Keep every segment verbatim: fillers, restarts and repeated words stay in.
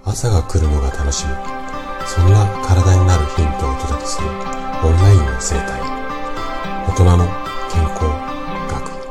朝が来るのが楽しみ、そんな体になるヒントをお届けするオンラインの生態、大人の健康学。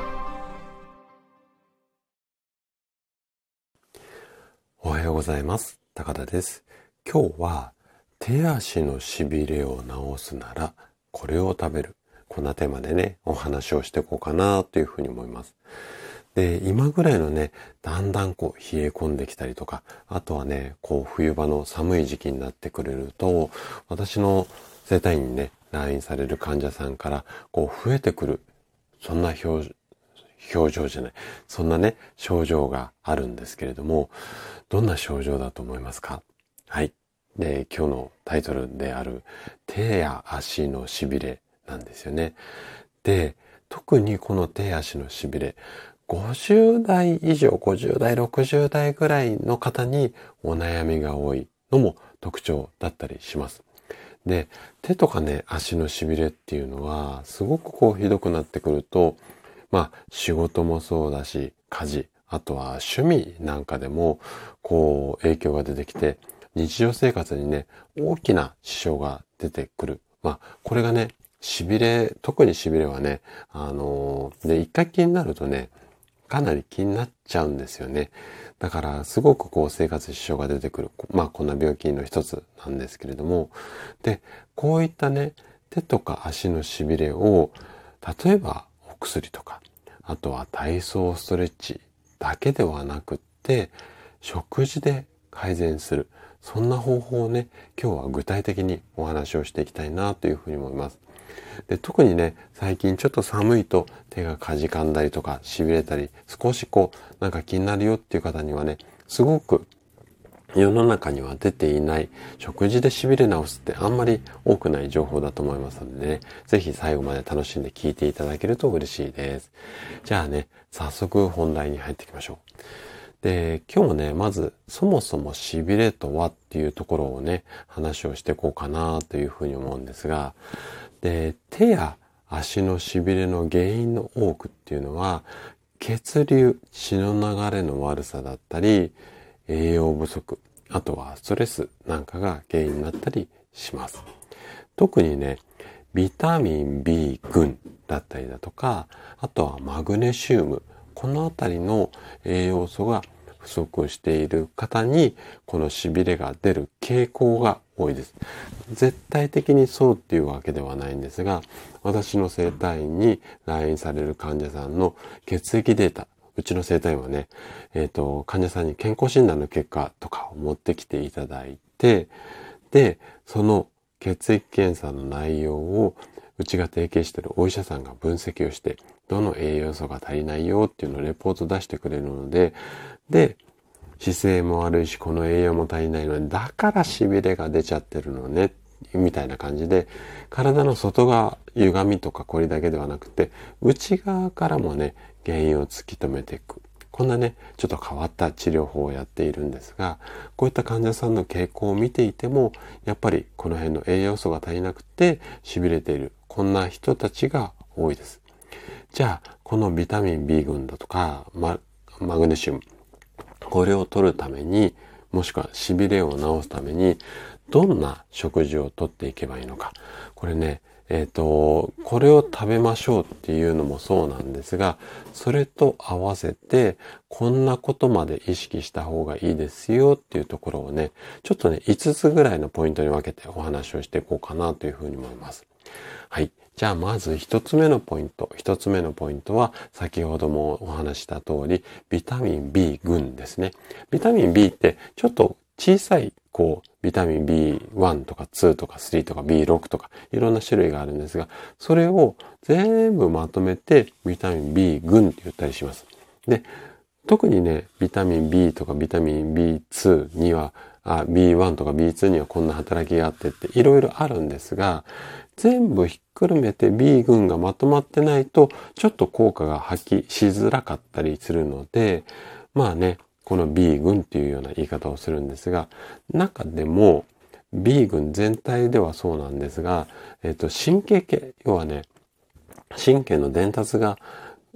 おはようございます。高田です。今日は手足のしびれを治すならこれを食べる、こんなテーマでねお話をしていこうかなというふうに思います。で、今ぐらいのね、だんだんこう冷え込んできたりとか、あとはね、こう冬場の寒い時期になってくれると、私の整体院にね、来院される患者さんからこう増えてくる、そんな表、表情じゃない、そんなね、症状があるんですけれども、どんな症状だと思いますか？はい。で、今日のタイトルである手や足のしびれなんですよね。で、特にこの手足のしびれ、ごじゅう代以上、ごじゅう代、ろくじゅう代ぐらいの方にお悩みが多いのも特徴だったりします。で、手とかね、足のしびれっていうのは、すごくこうひどくなってくると、まあ仕事もそうだし、家事、あとは趣味なんかでも、こう影響が出てきて、日常生活にね、大きな支障が出てくる。まあ、これがね、しびれ、特にしびれはね、あのー、で、一回気になるとね、かなり気になっちゃうんですよね。だからすごくこう生活支障が出てくる。まあこんな病気の一つなんですけれども。で、こういったね、手とか足のしびれを、例えばお薬とか、あとは体操ストレッチだけではなくって、食事で改善する。そんな方法をね、今日は具体的にお話をしていきたいなというふうに思います。で、特にね、最近ちょっと寒いと手がかじかんだりとか痺れたり、少しこう、なんか気になるよっていう方にはね、すごく世の中には出ていない食事で痺れ直すってあんまり多くない情報だと思いますのでね、ぜひ最後まで楽しんで聞いていただけると嬉しいです。じゃあね、早速本題に入っていきましょう。で、今日もね、まずそもそも痺れとはっていうところをね、話をしていこうかなというふうに思うんですが、で、手や足のしびれの原因の多くっていうのは、血流、血の流れの悪さだったり、栄養不足、あとはストレスなんかが原因になったりします。特にね、ビタミン B 群だったりだとか、あとはマグネシウム、このあたりの栄養素が不足している方にこのしびれが出る傾向が多いです。絶対的にそうっていうわけではないんですが、私の整体院に来院される患者さんの血液データ、うちの整体院はね、えっと、患者さんに健康診断の結果とかを持ってきていただいて、で、その血液検査の内容をうちが提携しているお医者さんが分析をして、どの栄養素が足りないよっていうのをレポート出してくれるので、で、姿勢も悪いし、この栄養も足りないので、だから痺れが出ちゃってるのね、みたいな感じで、体の外側、歪みとかこれだけではなくて、内側からもね、原因を突き止めていく。こんなね、ちょっと変わった治療法をやっているんですが、こういった患者さんの傾向を見ていても、やっぱりこの辺の栄養素が足りなくて痺れている。こんな人たちが多いです。じゃあ、このビタミン B 群だとか、マ、マグネシウム、これを取るために、もしくは痺れを治すために、どんな食事をとっていけばいいのか。これね、えっと、これを食べましょうっていうのもそうなんですが、それと合わせて、こんなことまで意識した方がいいですよっていうところをね、ちょっとね、いつつぐらいのポイントに分けてお話をしていこうかなというふうに思います。はい。じゃあまず一つ目のポイント。一つ目のポイントは、先ほどもお話した通り、ビタミン B 群ですね。ビタミン B ってちょっと小さい、こう、ビタミン ビーワン とかにとかさんとか ビーシックス とかいろんな種類があるんですが、それを全部まとめてビタミン B 群って言ったりします。で、特にね、ビタミン B とかビタミン ビーツー には、あ ビーワン とか ビーツー にはこんな働きがあってっていろいろあるんですが、全部ひっくるめて B 群がまとまってないと、ちょっと効果が発揮しづらかったりするので、まあね、この B 群っていうような言い方をするんですが、中でも B 群全体ではそうなんですが、えっと、神経系、要はね、神経の伝達が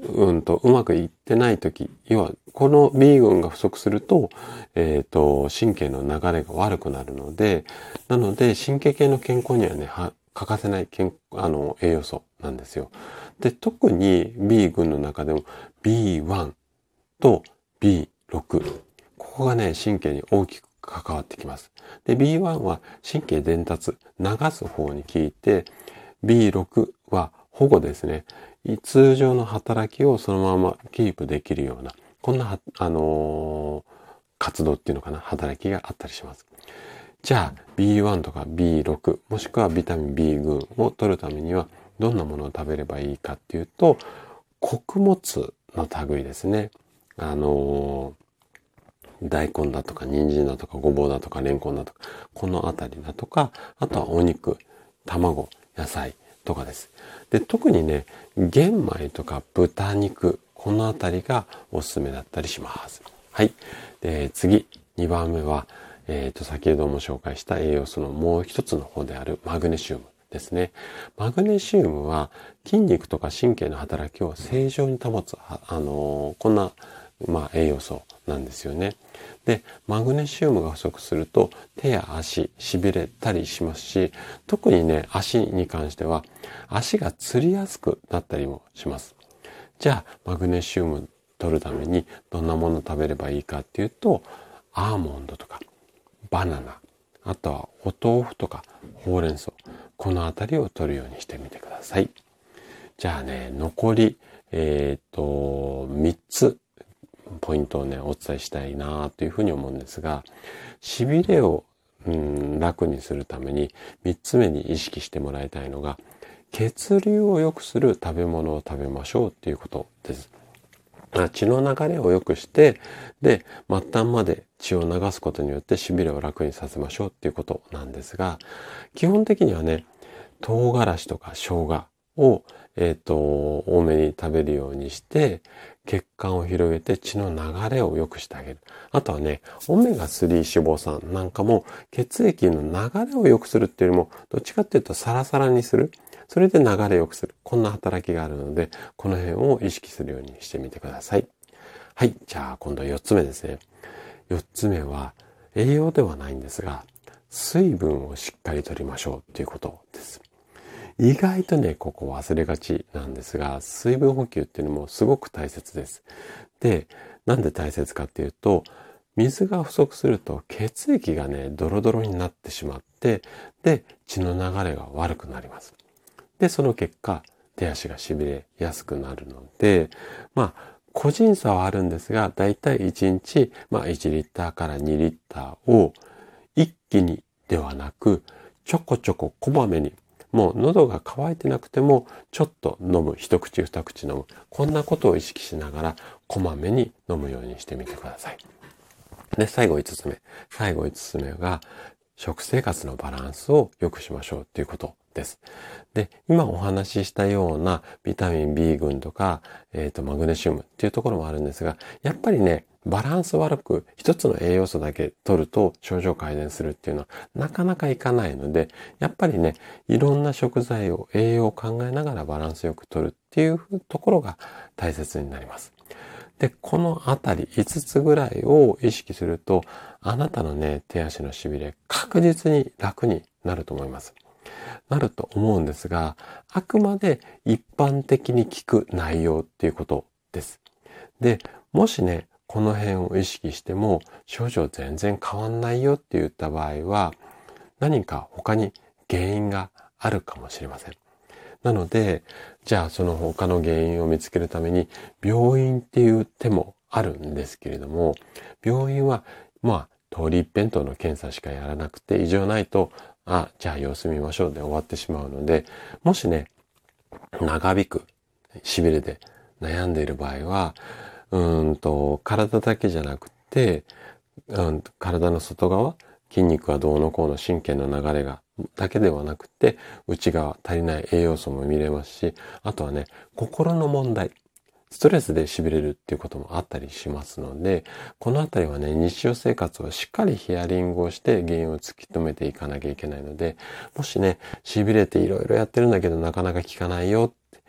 うんと、うまくいってないとき、要は、この B 群が不足すると、えっと、神経の流れが悪くなるので、なので、神経系の健康にはね、は欠かせない健あの栄養素なんですよ。で、特に B 群の中でも ビーワン と ビーろく。ここがね、神経に大きく関わってきます。で、ビーワン は神経伝達、流す方に効いて、ビーろく は保護ですね。通常の働きをそのままキープできるような、こんな、あのー、活動っていうのかな、働きがあったりします。じゃあ ビーワン とか ビーろく もしくはビタミン B 群を取るためにはどんなものを食べればいいかっていうと、穀物の類ですね。あのー、大根だとか人参だとかごぼうだとかレンコンだとか、このあたりだとか、あとはお肉、卵、野菜とかです。で、特にね、玄米とか豚肉、このあたりがおすすめだったりします。はい。で、次、にばんめは、えっと、先ほども紹介した栄養素のもう一つの方であるマグネシウムですね。マグネシウムは筋肉とか神経の働きを正常に保つ、あのー、こんな、まあ、栄養素なんですよね。で、マグネシウムが不足すると手や足、痺れたりしますし、特にね、足に関しては足がつりやすくなったりもします。じゃあ、マグネシウム取るためにどんなものを食べればいいかっていうと、アーモンドとかバナナ、あとはお豆腐とかほうれん草、このあたりを取るようにしてみてください。じゃあね、残り、えっと、みっつポイントをね、お伝えしたいなというふうに思うんですが、しびれを、うん、楽にするためにみっつめに意識してもらいたいのが、血流を良くする食べ物を食べましょうっていうことです。血の流れを良くして、で、末端まで血を流すことによってしびれを楽にさせましょうっていうことなんですが、基本的にはね、唐辛子とか生姜を、えっと、多めに食べるようにして、血管を広げて血の流れを良くしてあげる。あとはね、オメガスリー脂肪酸なんかも血液の流れを良くするっていうよりも、どっちかっていうとサラサラにする。それで流れを良くする。こんな働きがあるので、この辺を意識するようにしてみてください。はい。じゃあ今度はよっつめですね。よっつめは栄養ではないんですが、水分をしっかりとりましょうということです。意外とね、ここ忘れがちなんですが、水分補給っていうのもすごく大切です。で、なんで大切かっていうと、水が不足すると血液がね、ドロドロになってしまって、で、血の流れが悪くなります。で、その結果、手足が痺れやすくなるので、まあ、個人差はあるんですが、だいたいいちにち、まあ、いちリッターからにリッターを一気にではなく、ちょこちょここまめに、もう喉が渇いてなくても、ちょっと飲む、一口二口飲む。こんなことを意識しながら、こまめに飲むようにしてみてください。で、最後いつつめ。最後いつつめが、食生活のバランスを良くしましょうということです。で、今お話ししたようなビタミン B 群とか、えっと、マグネシウムっていうところもあるんですが、やっぱりね、バランス悪く一つの栄養素だけ取ると症状改善するっていうのはなかなかいかないので、やっぱりね、いろんな食材を栄養を考えながらバランスよく取るっていうところが大切になります。で、このあたりいつつぐらいを意識すると、あなたのね、手足のしびれ確実に楽になると思います。なると思うんですが、あくまで一般的に聞く内容っていうことです。で、もしね、この辺を意識しても症状全然変わんないよって言った場合は、何か他に原因があるかもしれません。なので、じゃあその他の原因を見つけるために病院っていう手もあるんですけれども、病院はまあ通り一辺倒の検査しかやらなくて異常ないと、あ、じゃあ様子見ましょうで終わってしまうので、もしね、長引くしびれで悩んでいる場合は、うーんと体だけじゃなくて、うん、体の外側、筋肉がどうのこうの神経の流れがだけではなくて、内側足りない栄養素も見れますし、あとはね、心の問題、ストレスで痺れるっていうこともあったりしますので、このあたりはね、日常生活をしっかりヒアリングをして原因を突き止めていかなきゃいけないので、もしね、痺れていろいろやってるんだけどなかなか効かないよって、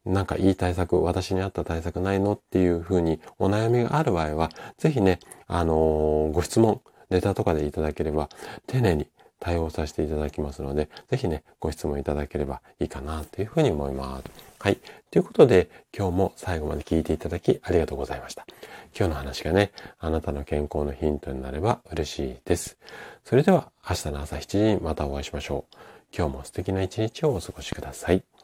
なんかいい対策、私に合った対策ないのっていうふうにお悩みがある場合は、ぜひね、あのーご質問、レターとかでいただければ、丁寧に対応させていただきますので、ぜひね、ご質問いただければいいかなというふうに思います。はい。ということで、今日も最後まで聞いていただきありがとうございました。今日の話がね、あなたの健康のヒントになれば嬉しいです。それでは、明日の朝しちじにまたお会いしましょう。今日も素敵な一日をお過ごしください。